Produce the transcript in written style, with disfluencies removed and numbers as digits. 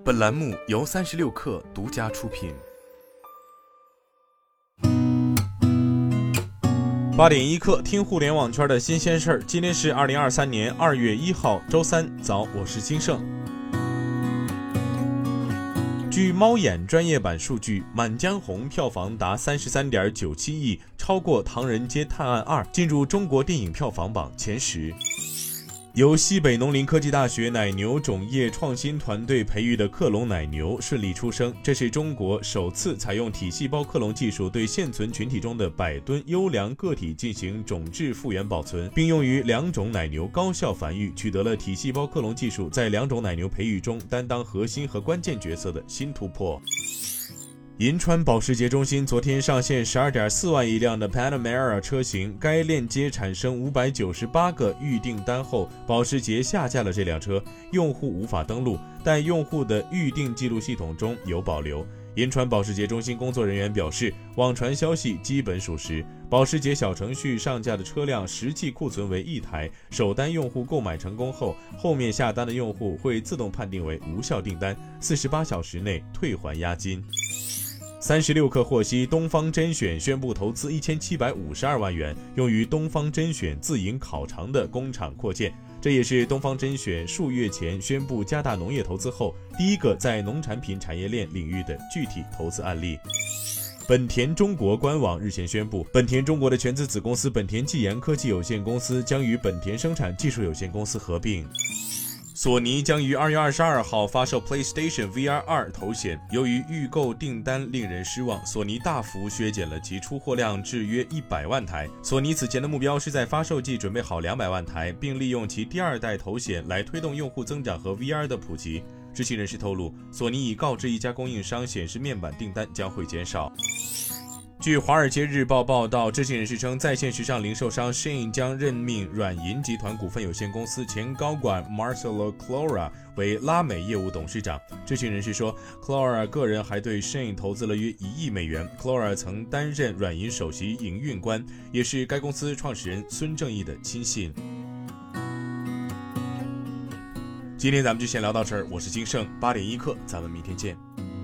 本栏目由36氪独家出品。 8点1刻，听互联网圈的新鲜事儿。今天是2023年2月1号，周三早，我是金盛。据猫眼专业版数据，《满江红》票房达33.97亿，超过《唐人街探案2》，进入中国电影票房榜前10。由西北农林科技大学奶牛种业创新团队培育的克隆奶牛顺利出生，这是中国首次采用体细胞克隆技术对现存群体中的100吨优良个体进行种质复原保存，并用于2种奶牛高效繁育，取得了体细胞克隆技术在2种奶牛培育中担当核心和关键角色的新突破。银川保时捷中心昨天上线 12.4 万一辆的 Panamera 车型，该链接产生598个预订单后，保时捷下架了这辆车，用户无法登录，但用户的预订记录系统中有保留。银川保时捷中心工作人员表示，网传消息基本属实，保时捷小程序上架的车辆实际库存为1台，首单用户购买成功后，后面下单的用户会自动判定为无效订单，48小时内退还押金。36氪获悉，东方甄选宣布投资1752万元，用于东方甄选自营烤肠的工厂扩建。这也是东方甄选数月前宣布加大农业投资后，第一个在农产品产业链领域的具体投资案例。本田中国官网日前宣布，本田中国的全资子公司本田技研科技有限公司将与本田生产技术有限公司合并。索尼将于2月22号发售 PlayStation VR 2头显，由于预购订单令人失望，索尼大幅削减了其出货量至约100万台。索尼此前的目标是在发售季准备好200万台，并利用其第2代头显来推动用户增长和 VR 的普及。知情人士透露，索尼已告知一家供应商，显示面板订单将会减少。据《华尔街日报》报道，知情人士称，在线时尚零售商 Shein 将任命软银集团股份有限公司前高管 Marcelo Clora 为拉美业务董事长。知情人士说 ，Clora 个人还对 Shein 投资了约1亿美元。Clora 曾担任软银首席营运官，也是该公司创始人孙正义的亲信。今天咱们就先聊到这儿，我是金盛，8点1刻，咱们明天见。